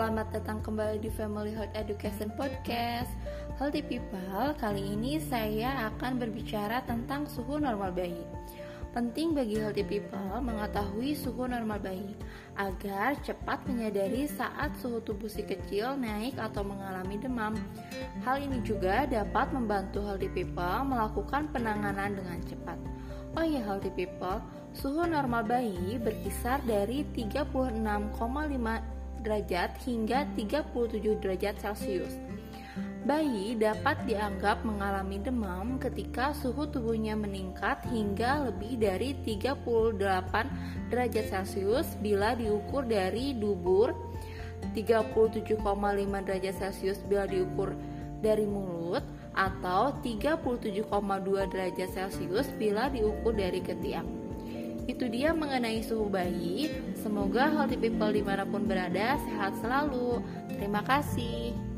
Selamat datang kembali di Family Health Education Podcast. Healthy People, kali ini saya akan berbicara tentang suhu normal bayi. Penting bagi healthy people mengetahui suhu normal bayi agar cepat menyadari saat suhu tubuh si kecil naik atau mengalami demam. Hal ini juga dapat membantu healthy people melakukan penanganan dengan cepat. Oh ya healthy people, suhu normal bayi berkisar dari 36,5 derajat hingga 37 derajat Celcius. Bayi dapat dianggap mengalami demam ketika suhu tubuhnya meningkat hingga lebih dari 38 derajat Celcius bila diukur dari dubur, 37,5 derajat Celcius bila diukur dari mulut, atau 37,2 derajat Celcius bila diukur dari ketiak. Itu dia mengenai suhu bayi. Semoga healthy people dimanapun berada sehat selalu. Terima kasih.